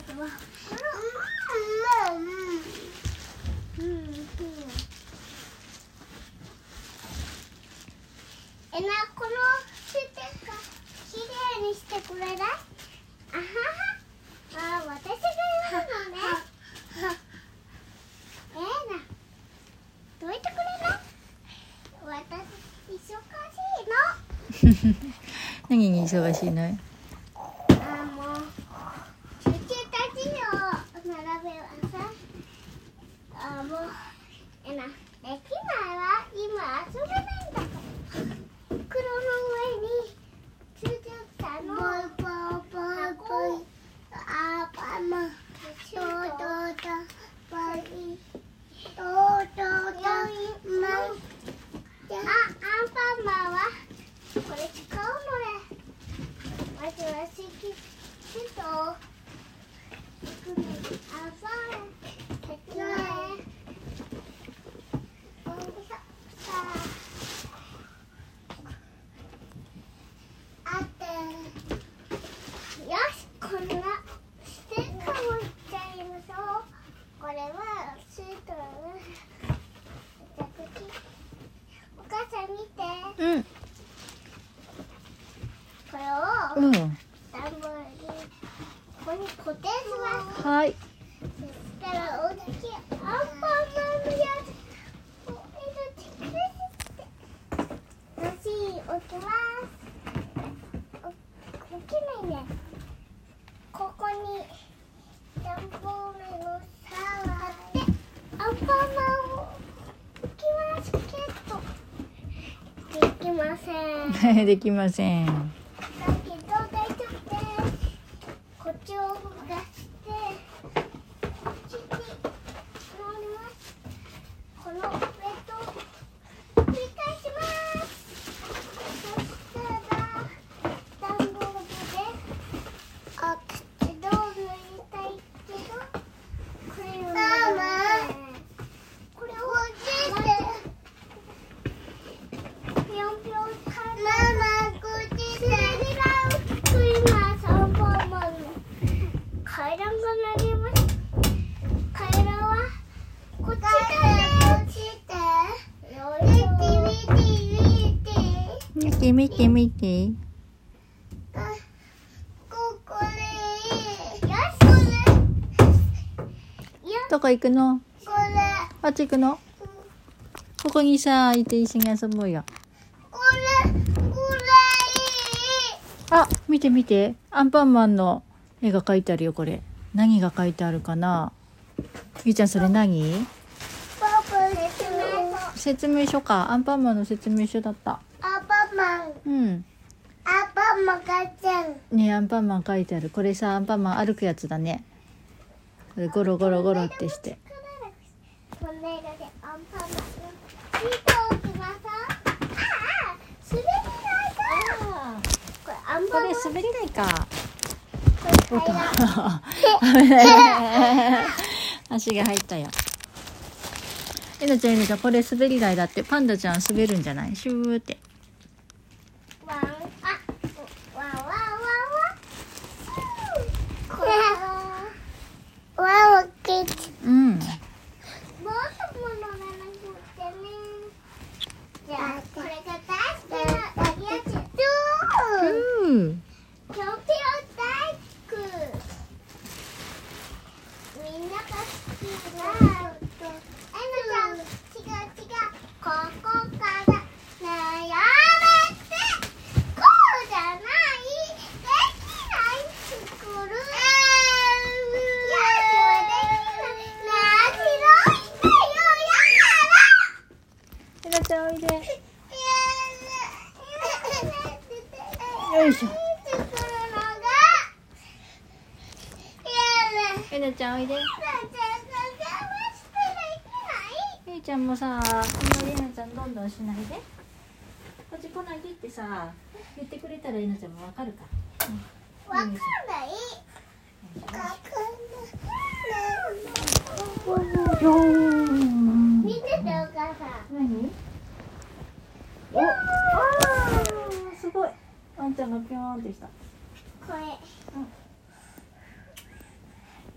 このステッカーきれいにしてくれない？あはは。私が言うのね。どいてくれない？私忙しいの。 何に忙しいの？ もうチュチュたちを並べはさ、もうできないわ。今遊べないんだから。袋の上にチュチュたの箱アンパンマンはこれ使うのね。まずは好きとアンパンよし、こんなステッカーをいっちゃいましょう。これはスートのお母さん見て。 うん。 これをうん。 段ボールにここに固定します。 はい。 そしたら大きいアンパンマンのやつを入れてくれて、足置きます。大きないね。ここに段ボールのさ貼ってアンパンマンを置きますけどできません。 できません。 だけど大丈夫です。こっちを動かしてこっちに乗ります。このベッドを繰り返します。そしたら段ボールで口道具入れたいけどこれをこれを混ぜてぴょんぴょん階段が鳴ります。階段はこっちだね。 見て見て。どこ行くの？あっち行くの？ここにさ、いて一緒に遊ぼうよ。あ、見て見て。アンパンマンの絵が描いてあるよ、これ。何が書いてあるかな？ゆうちゃん、それ何？説明書か。アンパンマンの説明書だった。 アンパンマン。 うん。 アンパンマン描いてある。 ね、アンパンマン書いてある。これさ、アンパンマン歩くやつだね。これゴロゴロゴロってして。 この間でアンパンマンのシートを置きます。滑り台だ。 これ滑り台か。足が入ったよ。えなちゃん、えなちゃん、これ滑り台だって。パンダちゃん滑るんじゃない？シューって。 ワン、ワンワンワンワン。ワンワンキッズ。 うん。 もっとものがなくてね。じゃあこれが大好きなやつ。 うん。 ぴょんぴょん大福。みんなが好きな。えなちゃん、違う。ここから悩めて。こうじゃない。できない作る。やつはできない。白いんだよ。 えなちゃん、おいで。 やだ。 よいしょ。 作るのが。 えなちゃん、おいで。ゆいちゃんもさ、あんまりえなちゃんどんどんしないで。こっち来ないでってさ、言ってくれたらえなちゃんもわかるから。 わかんない。見ててお母さん。 何？お、すごい。あんちゃんがピョーンってした。 これ。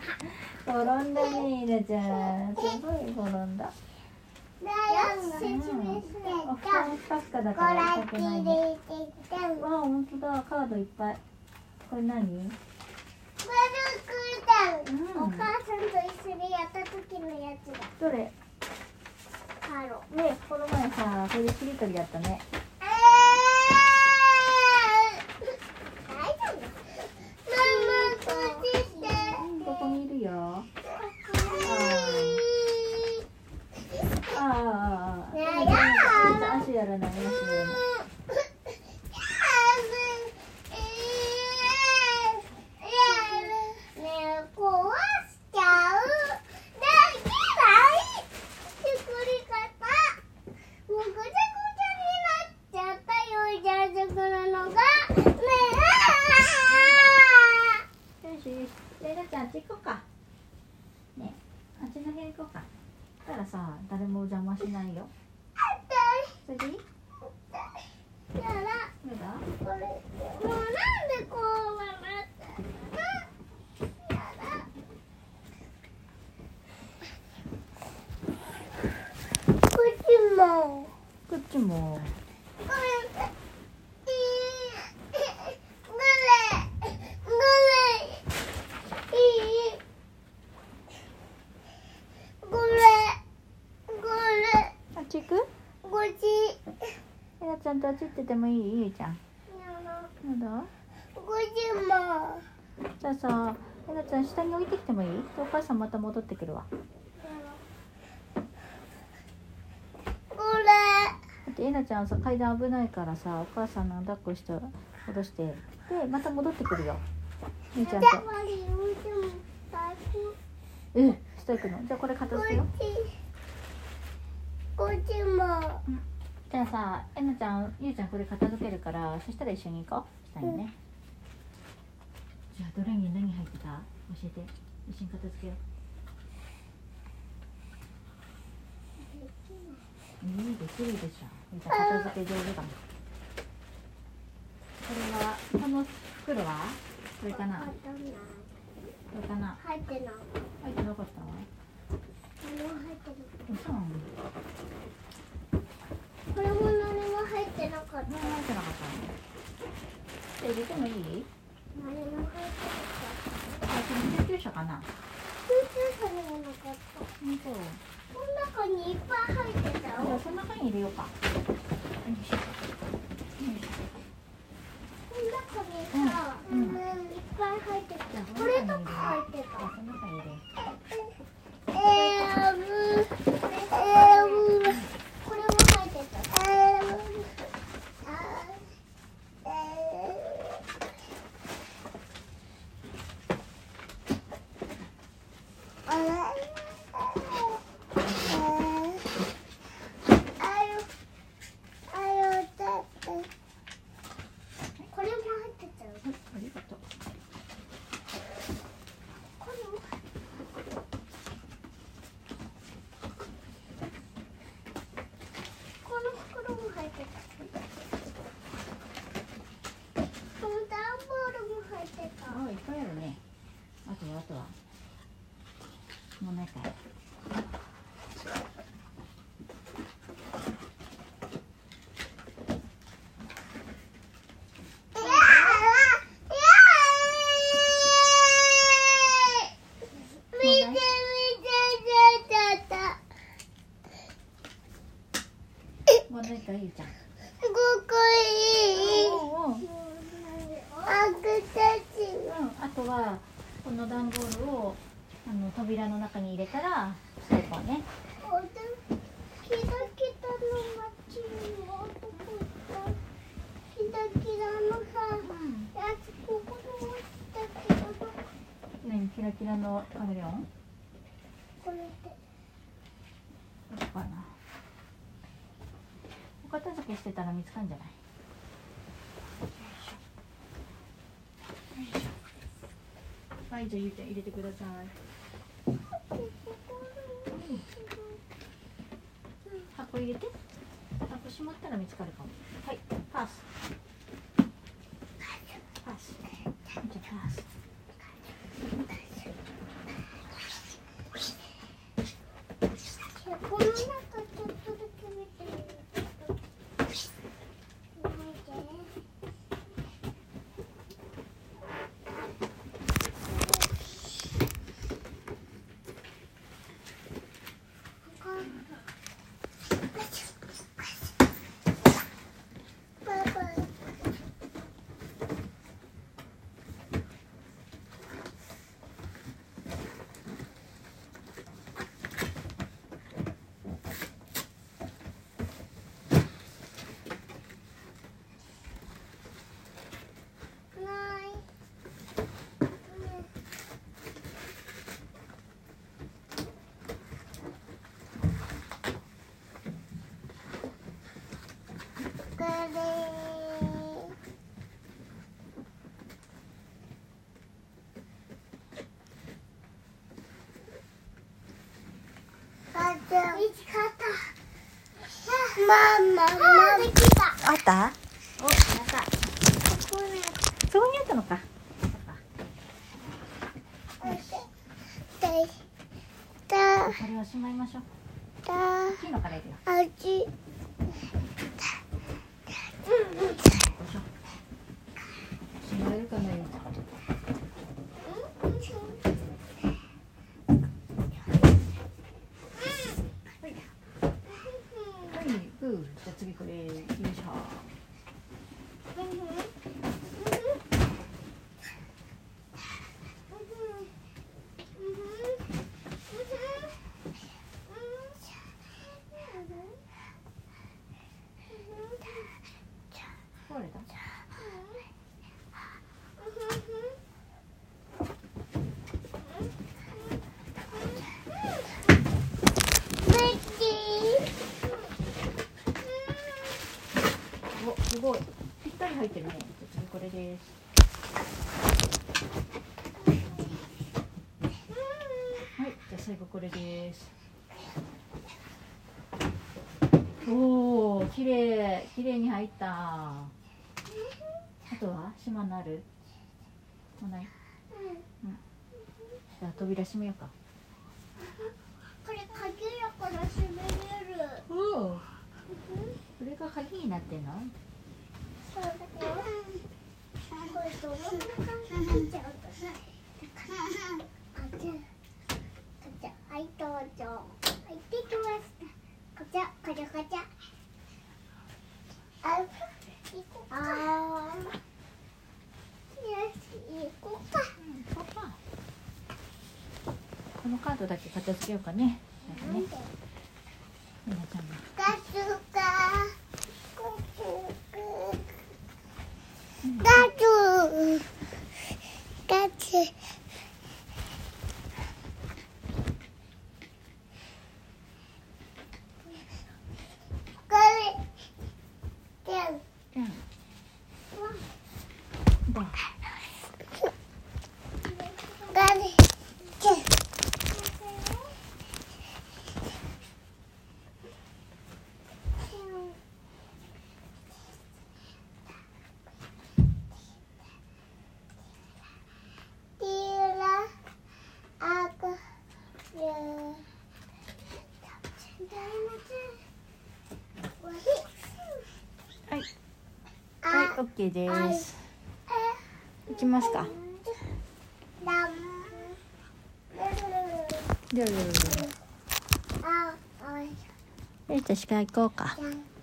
転んだね、いなちゃん。すごい転んだ。 よし、説明すると、 ふかふかだこかられ痛くないね。 入れてきて、ブルクわあ、本当だ、カードいっぱい。これ何？ ダウン、お母さんと一緒にやった時のやつだ。 どれ？ ハロー。 ね、この前さ、これしりとりだったね。 大丈夫？ママ、こっちして。 ここにいるよ。ああ、足やらない、足やらない。あっち行こうか。ね、あっちの辺行こうか。だからさ、誰も邪魔しないよ。それでいい？ やだ。 やだ？ これ、もうなんでこう笑った？やだ。こっちも。 こっちも。あっち行く？えなちゃんとあっち行っててもいい？ゆいちゃん。やだ？じゃあさ、えなちゃん下に置いてきてもいい？お母さんまた戻ってくるわ。だってえなちゃんさ、階段危ないからさ、お母さんの抱っこして戻して、でまた戻ってくるよ。ゆいちゃんと。下行くの？じゃあこれ片付けよう。じゃあさ、えなちゃん、ゆうちゃんこれ片付けるから、そしたら一緒に行こう。下にね。じゃあどれに何入ってた？教えて。一緒に片付けよう。できるでしょ。ゆうちゃん片付け上手だもん。これは、この袋は？これかな？これかな？ 入ってない。 入ってなかったの？嘘？ これも何も入ってなかった。 何も入ってなかったの？入れてもいい？ 何も入ってなかった。 救急車かな？ 救急車にもなかった。 本当。 この中にいっぱい入ってたよ。 じゃあその中に入れようか。よいしょ。 この中にさ、いっぱい入ってた。これとか入ってた。 その中に入れ。 これも入ってた。これも入ってたよ。 ありがとう。 これも入ってた。この袋も入ってた。この段ボールも入ってた。 あ、いっぱいあるね。あとは。もうないかい。もうないかい、ゆうちゃん。あとはこの段ボールを扉の中に入れたら最高ね。 キラキラの街はどこ行った？キラキラのさ、やつここに落ちたけどどこ？ 何？キラキラのカメレオン？ これってどこかな。お片付けしてたら見つかるんじゃない？はい、じゃあゆうちゃん入れてください。箱入れて。箱閉まったら見つかるかも。はい、パス。パス。じゃあパス。 できた。 あった？お、やった。そこにあったのか。これをしまいましょう。大きいのからいるよ。しまえるかな、ゆうちゃん。じゃあ次これ、よいしょ。壊れた？お、すごい。ぴったり入ってるね。じゃあ次これです。はい、じゃあ最後これです。おお、きれいに入った。あとは島のある？もうない？うん。じゃあ扉閉めようか。 これ鍵やから閉めれる。 おお。これが鍵になってんの？ そうだけど。これどのくらい鍵ちゃうと。はい、どうぞ。入ってきました。こちゃ。あ、よし、行こうか。 このカードだけ片付けようかね。なんかね。みなちゃんが。はい、オッケーです。行きますか。じゃあ、よし、じゃあ行こうか。